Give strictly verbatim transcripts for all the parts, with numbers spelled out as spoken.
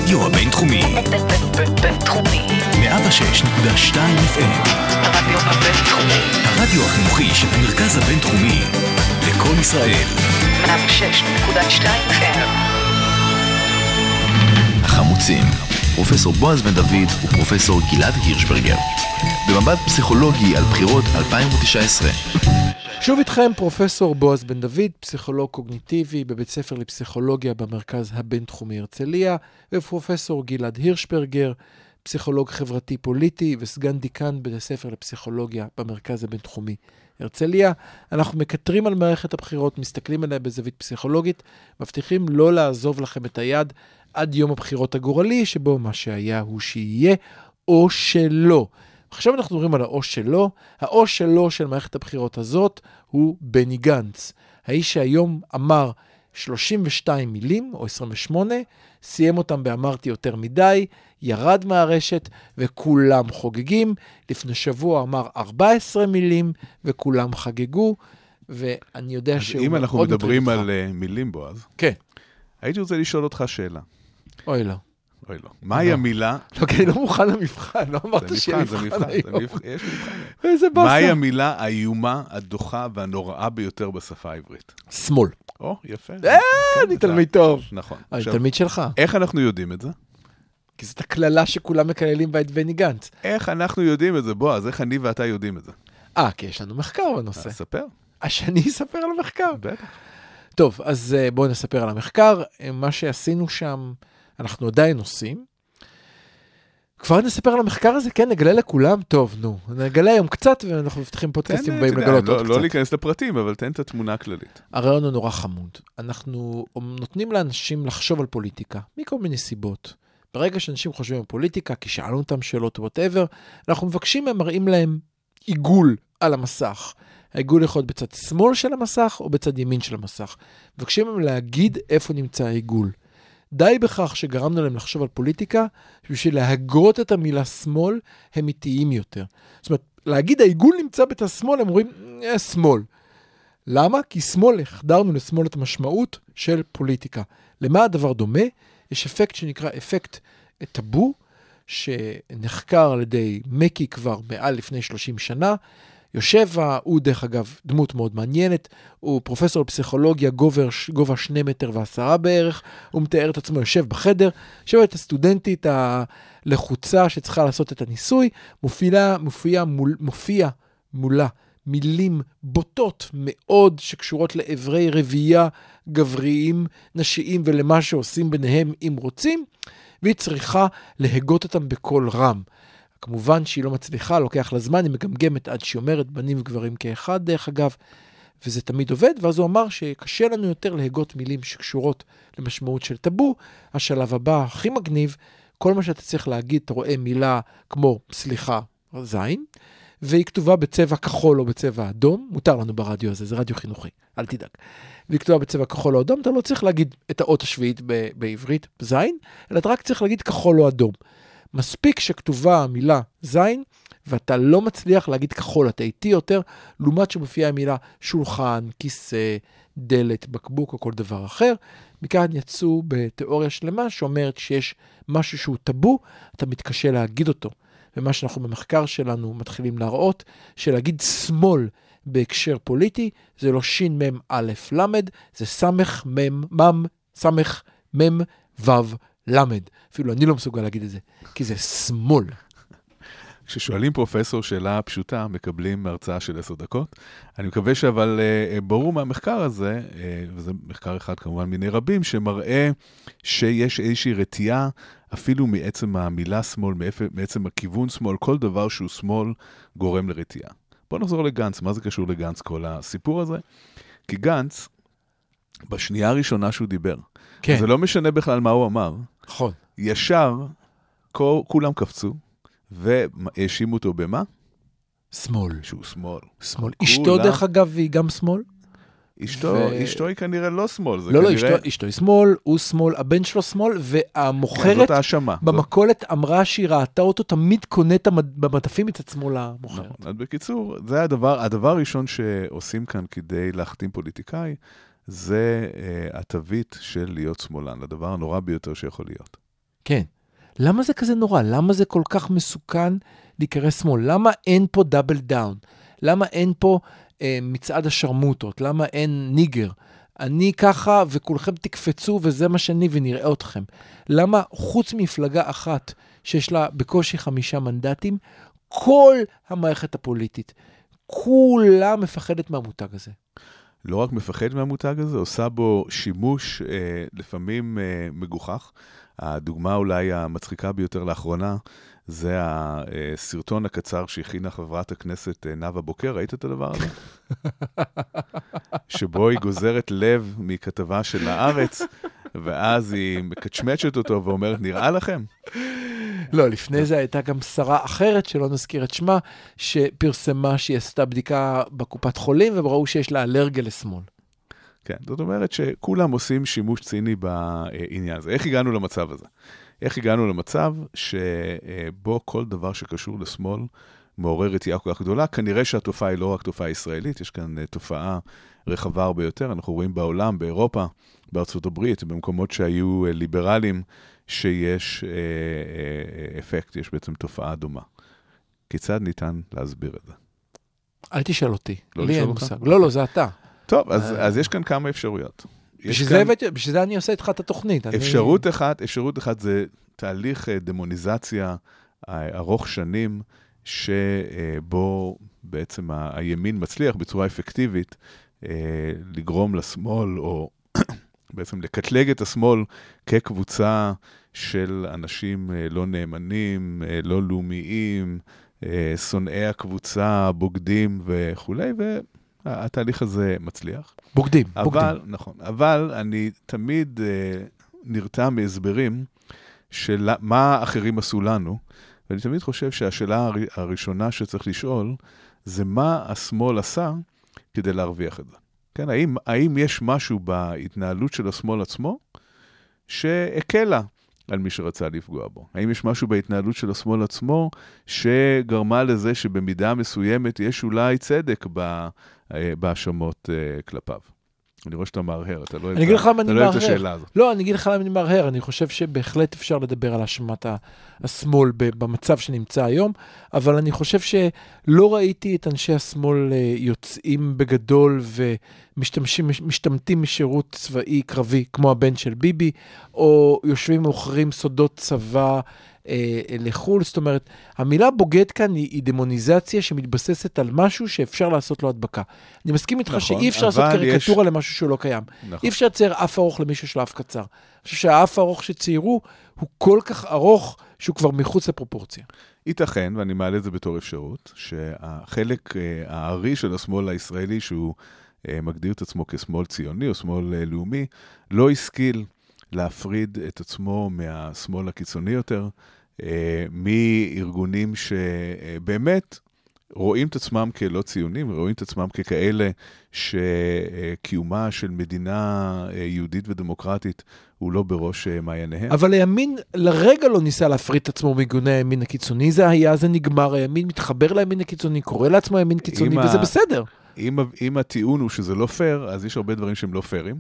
הרדיו הבינתחומי. בינתחומי. מאה ושש נקודה שתיים אף אם. הרדיו הבינתחומי. הרדיו החינוכי של המרכז הבינתחומי. לכל ישראל. מאה ושש נקודה שתיים אף אם. החמוצים. פרופסור בועז בן דוד ופרופסור גלעד הירשברגר. במבט פסיכולוגי על בחירות אלפיים ותשע עשרה. שוב איתכם פרופסור בועז בן דוד, פסיכולוג קוגניטיבי בבית ספר לפסיכולוגיה במרכז הבינתחומי הרצליה, ופרופסור גלעד הירשברגר, פסיכולוג חברתי פוליטי וסגן דיקן בית הספר לפסיכולוגיה במרכז הבינתחומי הרצליה. אנחנו מקטרים על מערכת הבחירות, מסתכלים עליה בזווית פסיכולוגית, מבטיחים לא לעזוב לכם את היד עד יום הבחירות הגורלי, שבו מה שהיה הוא שיהיה או שלא. עכשיו אנחנו מדברים על האו שלו. האו שלו של מערכת הבחירות הזאת הוא בני גנץ. האיש שהיום אמר שלושים ושתיים מילים, או עשרים ושמונה, סיים אותם באמרתי יותר מדי, ירד מהרשת וכולם חוגגים. לפני שבוע אמר ארבע עשרה מילים וכולם חגגו, ואני יודע שהוא... אם אנחנו מדברים על uh, מילים, בועז, כן. הייתי רוצה לשאול אותך שאלה. אוי לא. אוי לא. מהי המילה? לא, כי אני לא מוכן למבחן, לא אמרת שיהיה מבחן היום. יש מבחן. איזה באסה. מהי המילה האיומה, הדוחה והנוראה ביותר בשפה העברית? שמאל. או, יפה. אה, אני תלמיד טוב. נכון. אני תלמיד שלך. איך אנחנו יודעים את זה? כי זאת הכללה שכולם מקללים בה את בני גנץ. איך אנחנו יודעים את זה? בוא, אז איך אני ואתה יודעים את זה? אה, כי יש לנו מחקר בנושא. אז ספר. אז שאני אספר על המחקר. בטח. טוב, אז בואו נספר על המחקר. מה שעשינו שם, אנחנו עדיין עושים. כבר נספר על המחקר הזה, כן, נגלה לכולם. טוב, נו, נגלה היום קצת, ואנחנו מבטיחים פודקאסטים באים לגלות עוד קצת. לא להיכנס לפרטים, אבל תן את התמונה הכללית. הרעיון הוא נורא חמוד. אנחנו נותנים לאנשים לחשוב על פוליטיקה, מכל מיני סיבות. ברגע שאנשים חושבים על פוליטיקה, כי שאלנו אותם שאלות whatever, אנחנו מבקשים, הם מראים להם עיגול על המסך. העיגול יכול להיות בצד שמאל של המסך, או בצד ימין של המסך. מבקשים הם להגיד איפה נמצא העיגול. די בכך שגרמנו להם לחשוב על פוליטיקה, שבשביל להגות את המילה שמאל, הם איטיים יותר. זאת אומרת, להגיד העיגול נמצא בצד שמאל, הם אומרים, אה, שמאל. למה? כי שמאל, החדרנו לשמאל את המשמעות של פוליטיקה. למה הדבר דומה? יש אפקט שנקרא אפקט טאבו, שנחקר על ידי מקי כבר מעל לפני שלושים שנה, יושב, הוא דרך אגב דמות מאוד מעניינת, הוא פרופסור לפסיכולוגיה, גובה, גובה שני מטר ועשרה בערך, הוא מתאר את עצמו, יושב בחדר, יושב את הסטודנטית הלחוצה שצריכה לעשות את הניסוי, מופיע, מופיע, מול, מופיע מולה מילים בוטות מאוד שקשורות לעברי רבייה גבריים, נשיים ולמה שעושים ביניהם אם רוצים, והיא צריכה להגות אותם בקול רם. כמובן שהיא לא מצליחה, לוקח לה זמן, היא מגמגמת עד שהיא אומרת בנים וגברים כאחד דרך אגב, וזה תמיד עובד, ואז הוא אמר שקשה לנו יותר להגות מילים שקשורות למשמעות של טאבו. השלב הבא הכי מגניב, כל מה שאתה צריך להגיד, אתה רואה מילה כמו סליחה, זין, והיא כתובה בצבע כחול או בצבע אדום, מותר לנו ברדיו הזה, זה רדיו חינוכי, אל תדאג. והיא כתובה בצבע כחול או אדום, אתה לא צריך להגיד את האות השביעית ב- בעברית, זין, אלא אתה רק צריך להגיד כחול או אדום. מספיק שכתובה המילה זין, ואתה לא מצליח להגיד כחול, אתה איטי יותר, לעומת שמופיעה המילה שולחן, כיסא, דלת, בקבוק או כל דבר אחר. מכאן יצאו בתיאוריה שלמה שאומרת שיש משהו שהוא טאבו, אתה מתקשה להגיד אותו. ומה שאנחנו במחקר שלנו מתחילים להראות, שלהגיד שמאל בהקשר פוליטי, זה לא שין מם א' למד, זה סמך מם, מם, סמך מם וו למד. אפילו אני לא מסוגל להגיד את זה, כי זה שמאל. כששואלים פרופסור שאלה פשוטה, מקבלים הרצאה של עשר דקות. אני מקווה שאבל ברור מהמחקר הזה, וזה מחקר אחד כמובן מיני רבים, שמראה שיש איזושהי רתיעה, אפילו מעצם המילה שמאל, מעצם הכיוון שמאל, כל דבר שהוא שמאל גורם לרתיעה. בואו נחזור לגנץ, מה זה קשור לגנץ כל הסיפור הזה? כי גנץ, בשנייה הראשונה שהוא דיבר, כן. זה לא משנה בכלל מה הוא אמר. נכון. ישר, כל, כולם קפצו, והאשימו אותו במה? שמאל. שהוא שמאל. שמאל. אשתו דרך אגב היא גם שמאל? אשתו, ו... אשתו היא כנראה לא שמאל. זה לא, כנראה... לא, אשתו, אשתו היא שמאל, הוא שמאל, הבן שלו שמאל, והמוכרת כן, במכולת אמרה שהיא ראתה אותו, תמיד קונה במדפים את עצמו למוכרת. נכון. אז בקיצור, זה הדבר, הדבר הראשון שעושים כאן כדי להחתים פוליטיקאי, זה uh, התווית של להיות שמאלן, הדבר הנורא ביותר שיכול להיות. כן. למה זה כזה נורא? למה זה כל כך מסוכן להיקרא שמאל? למה אין פה דאבל דאון? למה אין פה אה, מצעד השרמוטות? למה אין ניגר? אני ככה וכולכם תקפצו וזה מה שאני ונראה אתכם. למה חוץ מפלגה אחת שיש לה בקושי חמישה מנדטים, כל המערכת הפוליטית, כולה מפחדת מהמותג הזה? לא רק מפחד מהמותג הזה, עושה בו שימוש אה, לפעמים אה, מגוחך. הדוגמה אולי המצחיקה ביותר לאחרונה, זה הסרטון הקצר שהכינה חברת הכנסת נאוה בוקר. ראית את הדבר הזה? שבו היא גוזרת לב מכתבה של הארץ, ואז היא מקצ'מצ'ת אותו ואומרת, נראה לכם? לא, לפני זה הייתה גם שרה אחרת, שלא נזכיר את שמה, שפרסמה שהיא עשתה בדיקה בקופת חולים, וראו שיש לה אלרגיה לשמאל. כן, זאת אומרת שכולם עושים שימוש ציני בעניין הזה. איך הגענו למצב הזה? איך הגענו למצב שבו כל דבר שקשור לשמאל מעורר רתיעה כל כך גדולה? כנראה שהתופעה היא לא רק תופעה ישראלית, יש כאן תופעה רחבה הרבה יותר. אנחנו רואים בעולם, באירופה, בארצות הברית, במקומות שהיו ליברליים, שיש אפקט, יש בעצם תופעה דומה. כיצד ניתן להסביר את זה? אל תשאל אותי. לא לי לשאול אין אותך? מושג. לא, לא, זה אתה. טוב, אז, אז יש כאן כמה אפשרויות. יש בשביל כאן... זה, הבאתי- בשביל זה אני עושה איתך את התוכנית. אני- אפשרות אחת, אפשרות אחת זה תהליך אה, דמוניזציה אה, ארוך שנים, שבו בעצם ה- הימין מצליח בצורה אפקטיבית אה, לגרום לשמאל, או בעצם לקטלג את השמאל כקבוצה של אנשים אה, לא נאמנים, אה, לא לאומיים, אה, שונאי הקבוצה, בוגדים וכו', והתהליך הזה מצליח. בוגדים, אבל, בוגדים. נכון, אבל אני תמיד אה, נרתע מהסברים של מה האחרים עשו לנו, ואני תמיד חושב שהשאלה הר, הראשונה שצריך לשאול, זה מה השמאל עשה כדי להרוויח את זה. כן, האם, האם יש משהו בהתנהלות של השמאל עצמו שהקלה על מי שרצה לפגוע בו? האם יש משהו בהתנהלות של השמאל עצמו שגרמה לזה שבמידה מסוימת יש אולי צדק ב... בהאשמות uh, כלפיו? אני רואה שאתה מהרהר, אתה לא אני אגיד לך למה אני לא אוהב את מהרהר. השאלה הזאת. לא, אני אגיד לך למה אני מהרהר. אני חושב שבהחלט אפשר לדבר על האשמת ה- השמאל ב- במצב שנמצא היום, אבל אני חושב שלא ראיתי את אנשי השמאל אה, יוצאים בגדול ומשתמשים, משתמטים משירות צבאי קרבי, כמו הבן של ביבי, או יושבים ומוכרים סודות צבא אה, לחול. זאת אומרת, המילה בוגד כאן היא, היא דמוניזציה שמתבססת על משהו שאפשר לעשות לו הדבקה. אני מסכים איתך נכון, שאי אפשר לעשות אבל קריקטורה יש- למשהו שהוא לא קיים. נכון. אי אפשר לצייר אף ארוך למישהו של אף קצר. אני חושב שהאף הארוך שציירו הוא כל כך ארוך שהוא כבר מחוץ לפרופורציה. ייתכן, ואני מעלה את זה בתור אפשרות, שהחלק אה, הארי של השמאל הישראלי, שהוא אה, מגדיר את עצמו כשמאל ציוני או שמאל אה, לאומי, לא השכיל להפריד את עצמו מהשמאל הקיצוני יותר, אה, מארגונים שבאמת רואים את עצמם כלא ציונים, רואים את עצמם ככאלה שקיומה של מדינה אה, יהודית ודמוקרטית הוא לא בראש אה, מעייניהם. אבל הימין לרגע לא ניסה להפריד את עצמו מארגוני הימין הקיצוני. זה היה, זה נגמר, הימין מתחבר לימין הקיצוני, קורא לעצמו הימין קיצוני, אם וזה ה- בסדר. אם, אם הטיעון הוא שזה לא פייר, אז יש הרבה דברים שהם לא פיירים.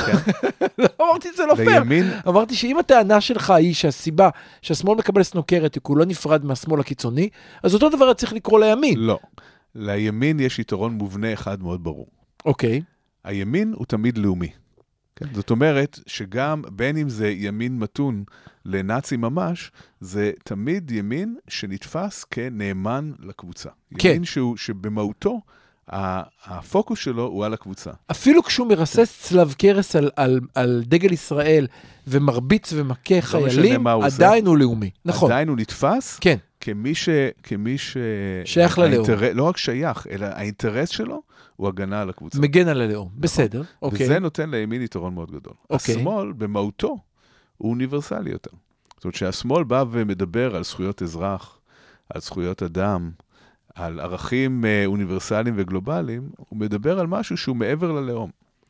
לא אמרתי שזה לא פייר. לימין, אמרתי שאם הטענה שלך היא שהסיבה שהשמאל מקבל סנוקרת, כי הוא לא נפרד מהשמאל הקיצוני, אז אותו דבר צריך לקרוא לימין. לא. לימין יש יתרון מובנה אחד מאוד ברור. אוקיי. הימין הוא תמיד לאומי. כן? זאת אומרת שגם בין אם זה ימין מתון לנאצי ממש, זה תמיד ימין שנתפס כנאמן לקבוצה. כן. ימין שהוא, שבמהותו, ה- הפוקוס שלו הוא על הקבוצה. אפילו כשהוא מרסס צלב קרס על, על, על דגל ישראל ומרביץ ומכה חיילים, מה הוא עושה. עדיין הוא לאומי. נכון. עדיין הוא נתפס כן. כמי ש... כמי ש... שייך ללאום. האינטר... לא רק שייך, אלא האינטרס שלו הוא הגנה על הקבוצה. מגן על הלאום. בסדר. אוקיי. וזה נותן לימין יתרון מאוד גדול. אוקיי. השמאל, במהותו, הוא אוניברסלי יותר. זאת אומרת שהשמאל בא ומדבר על זכויות אזרח, על זכויות אדם, על ערכים אה, אוניברסליים וגלובליים, הוא מדבר על משהו שהוא מעבר ללאום.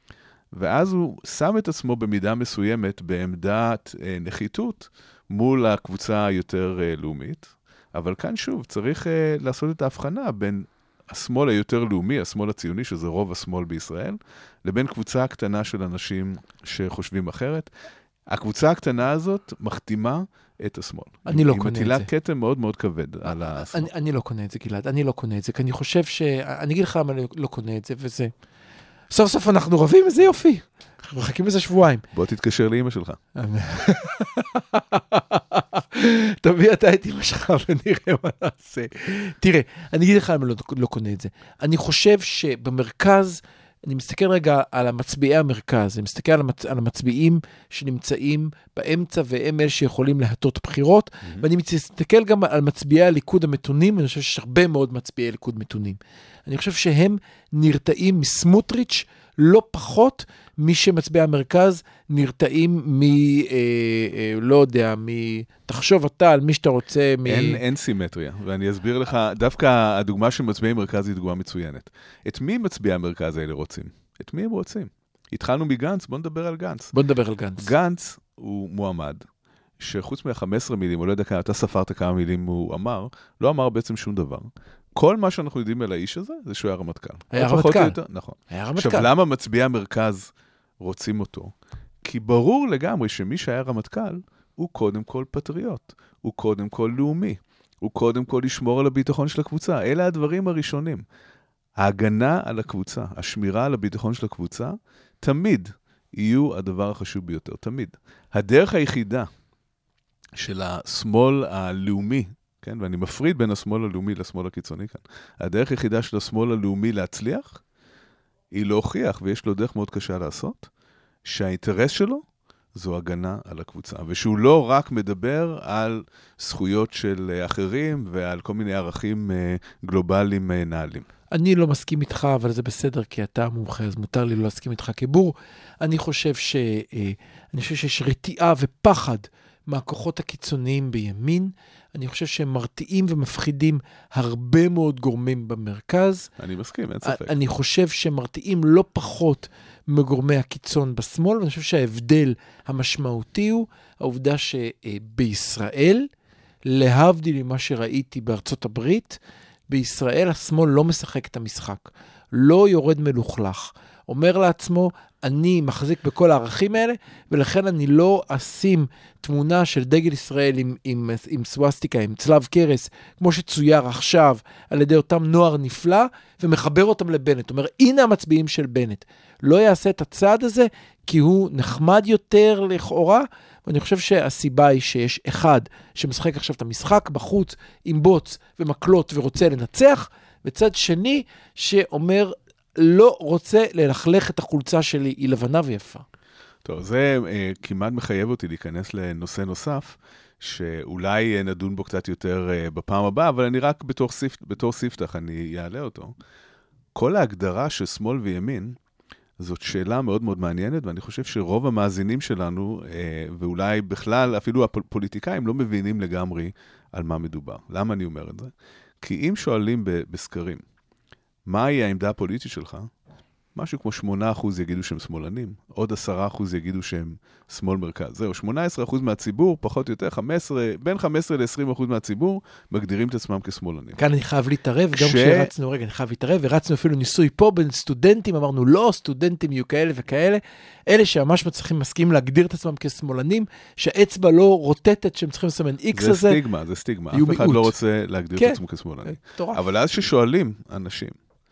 ואז הוא שם את עצמו במידה מסוימת בעמדת אה, נחיתות מול הקבוצה היותר אה, לאומית. אבל כאן שוב, צריך אה, לעשות את ההבחנה בין השמאל היותר לאומי, השמאל הציוני, שזה רוב השמאל בישראל, לבין קבוצה קטנה של אנשים שחושבים אחרת. הקבוצה הקטנה הזאת מחתימה את השמאל. אני לא קונה את זה. היא מטילה כתם מאוד מאוד כבד על השמאל. אני, אני לא קונה את זה, גלעד, אני לא קונה את זה, כי אני חושב ש... אני אגיד לך למה אני לא קונה את זה, וזה... סוף סוף אנחנו רבים, איזה יופי. אנחנו מחכים איזה שבועיים. בוא תתקשר לאמא שלך. תביא אתה את אמא שלך ונראה מה נעשה. תראה, אני אגיד לך למה לא, לא קונה את זה. אני חושב שבמרכז... אני מסתכל רגע על המצביעי המרכז, אני מסתכל על, המצ... על המצביעים שנמצאים באמצע, והם אלה שיכולים להטות בחירות, mm-hmm. ואני מסתכל גם על מצביעי הליכוד המתונים, ואני חושב שיש הרבה מאוד מצביעי ליכוד מתונים. אני חושב שהם נרתעים מסמוטריץ' לא פחות מי שמצביעי המרכז נרתעים מ... אה, אה, לא יודע, מ... תחשוב אתה על מי שאתה רוצה מ... אין, אין סימטריה, ואני אסביר לך, דווקא הדוגמה של מצביעי מרכז היא דוגמה מצוינת. את מי מצביעי המרכז האלה רוצים? את מי הם רוצים? התחלנו מגנץ, בוא נדבר על גנץ. בוא נדבר על גנץ. גנץ הוא מועמד, שחוץ מה-חמש עשרה מילים, או לא יודע כמה, אתה ספרת כמה מילים הוא אמר, לא אמר בעצם שום דבר. כל מה שאנחנו יודעים על האיש הזה, זה שהוא היה רמטכ"ל. היה רמטכ"ל. נכון. היה רמטכ"ל. עכשיו, למה מצביעי המרכז רוצים אותו? כי ברור לגמרי שמי שהיה רמטכ"ל, הוא קודם כל פטריוט, הוא קודם כל לאומי, הוא קודם כל לשמור על הביטחון של הקבוצה. אלה הדברים הראשונים. ההגנה על הקבוצה, השמירה על הביטחון של הקבוצה, תמיד יהיו הדבר החשוב ביותר, תמיד. הדרך היחידה של השמאל הלאומי, כן, ואני מפריד בין השמאל הלאומי לשמאל הקיצוני כאן, הדרך היחידה של השמאל הלאומי להצליח, היא להוכיח, ויש לו דרך מאוד קשה לעשות, שהאינטרס שלו זו הגנה על הקבוצה, ושהוא לא רק מדבר על זכויות של אחרים, ועל כל מיני ערכים גלובליים נעלים. אני לא מסכים איתך, אבל זה בסדר, כי אתה מומחה, אז מותר לי לא להסכים איתך כבור. אני חושב ש... אני חושב שיש רתיעה ופחד מהכוחות הקיצוניים בימין. אני חושב שהם מרתיעים ומפחידים הרבה מאוד גורמים במרכז. אני מסכים, אין ספק. אני חושב שהם מרתיעים לא פחות מגורמי הקיצון בשמאל, ואני חושב שההבדל המשמעותי הוא העובדה שבישראל, להבדיל ממה שראיתי בארצות הברית, בישראל השמאל לא משחק את המשחק, לא יורד מלוכלך, אומר לעצמו, אני מחזיק בכל הערכים האלה, ולכן אני לא אשים תמונה של דגל ישראל עם, עם, עם סווסטיקה, עם צלב קרס, כמו שצויר עכשיו על ידי אותם נוער נפלא, ומחבר אותם לבנט. אומר, הנה המצביעים של בנט. לא יעשה את הצעד הזה, כי הוא נחמד יותר לכאורה, ואני חושב שהסיבה היא שיש אחד שמשחק עכשיו את המשחק בחוץ עם בוץ ומקלות ורוצה לנצח, וצד שני שאומר, לא רוצה ללכלך את החולצה שלי, היא לבנה ויפה. טוב, זה אה, כמעט מחייב אותי להיכנס לנושא נוסף, שאולי נדון בו קצת יותר אה, בפעם הבאה, אבל אני רק בתור, ספ... בתור ספתח, אני אעלה אותו. כל ההגדרה של שמאל וימין, זאת שאלה מאוד מאוד מעניינת, ואני חושב שרוב המאזינים שלנו, אה, ואולי בכלל אפילו הפוליטיקאים, לא מבינים לגמרי על מה מדובר. למה אני אומר את זה? כי אם שואלים ב- בסקרים, מהי העמדה הפוליטית שלך? משהו כמו שמונה אחוז יגידו שהם שמאלנים, עוד עשרה אחוז יגידו שהם שמאל מרכז. זהו, שמונה עשרה אחוז מהציבור, פחות או יותר, חמש עשרה, בין חמש עשרה ל-עשרים אחוז מהציבור, מגדירים את עצמם כשמאלנים. כאן אני חייב להתערב, גם כשרצנו, רגע, אני חייב להתערב, ורצנו אפילו ניסוי פה בין סטודנטים, אמרנו, לא, סטודנטים יהיו כאלה וכאלה, אלה שממש מצליחים, מסכים להגדיר את עצמם כשמאלנים, שהאצבע לא רוטטת, שהם צריכים לסמן איקס הזה. זה סטיגמה, זה סטיגמה. אף אחד לא רוצה להגדיר את עצמו כשמאלני. אבל אז ששואלים אנשים,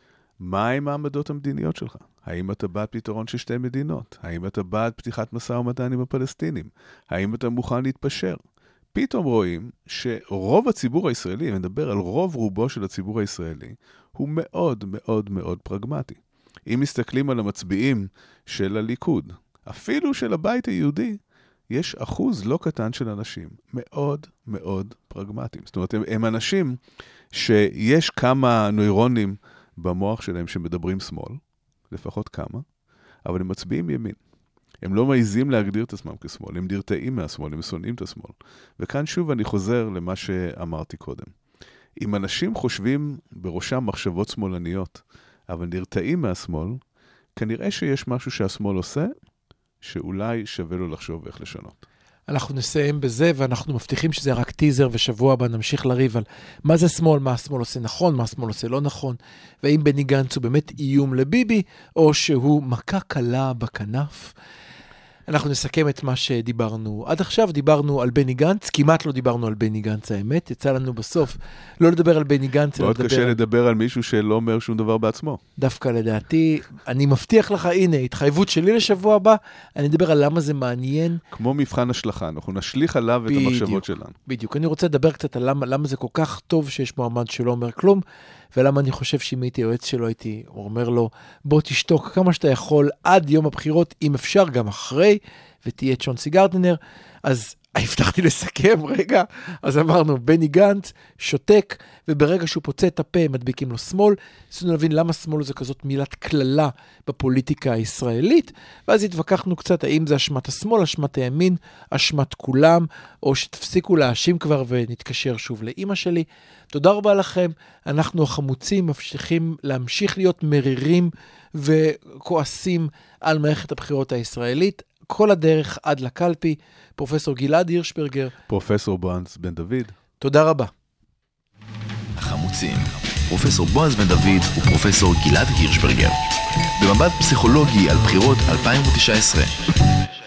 מה עם העמדות המדיניות שלך? האם אתה בעד פתרון של שתי מדינות? האם אתה בעד פתיחת משא ומתן עם הפלסטינים? האם אתה מוכן להתפשר? פתאום רואים שרוב הציבור הישראלי, אני מדבר על רוב רובו של הציבור הישראלי, הוא מאוד מאוד מאוד פרגמטי. אם מסתכלים על המצביעים של הליכוד, אפילו של הבית היהודי, יש אחוז לא קטן של אנשים מאוד מאוד פרגמטיים. זאת אומרת, הם, הם אנשים שיש כמה נוירונים במוח שלהם שמדברים שמאל, לפחות כמה, אבל הם מצביעים ימין. הם לא מעיזים להגדיר את עצמם כשמאל, הם נרתעים מהשמאל, הם שונאים את השמאל. וכאן שוב אני חוזר למה שאמרתי קודם. אם אנשים חושבים בראשם מחשבות שמאלניות, אבל נרתעים מהשמאל, כנראה שיש משהו שהשמאל עושה, שאולי שווה לו לחשוב איך לשנות. אנחנו נסיים בזה, ואנחנו מבטיחים שזה רק טיזר, ושבוע הבא נמשיך לריב על מה זה שמאל, מה השמאל עושה נכון, מה השמאל עושה לא נכון, והאם בני גנץ הוא באמת איום לביבי, או שהוא מכה קלה בכנף. אנחנו נסכם את מה שדיברנו. עד עכשיו דיברנו על בני גנץ, כמעט לא דיברנו על בני גנץ האמת, יצא לנו בסוף לא לדבר על בני גנץ, מאוד קשה לדבר על מישהו שלא אומר שום דבר בעצמו. דווקא לדעתי, אני מבטיח לך, הנה, התחייבות שלי לשבוע הבא, אני אדבר על למה זה מעניין. כמו מבחן השלכה, אנחנו נשליך עליו את המחשבות שלנו. בדיוק, אני רוצה לדבר קצת על למה, למה זה כל כך טוב שיש מועמד שלא אומר כלום, ולמה אני חושב שאם הייתי יועץ שלו, הייתי אומר לו, בוא תשתוק כמה שאתה יכול עד יום הבחירות, אם אפשר גם אחרי, ותהיה צ'ונסי גרדנר. אז הבטחתי לסכם רגע, אז אמרנו, בני גנץ שותק, וברגע שהוא פוצע את הפה, מדביקים לו שמאל. ניסינו להבין למה שמאל זה כזאת מילת כללה בפוליטיקה הישראלית, ואז התווכחנו קצת, האם זה אשמת השמאל, אשמת הימין, אשמת כולם, או שתפסיקו להאשים כבר ונתקשר שוב לאמא שלי. תודה רבה לכם, אנחנו החמוצים מבטיחים להמשיך להיות מרירים וכועסים על מערכת הבחירות הישראלית, כל הדרך עד לקלפי. פרופסור גלעד הירשברגר, פרופסור בועז בן דוד. תודה רבה. החמוצים, פרופסור בועז בן דוד ופרופסור גלעד הירשברגר. במבט פסיכולוגי על בחירות אלפיים תשע עשרה.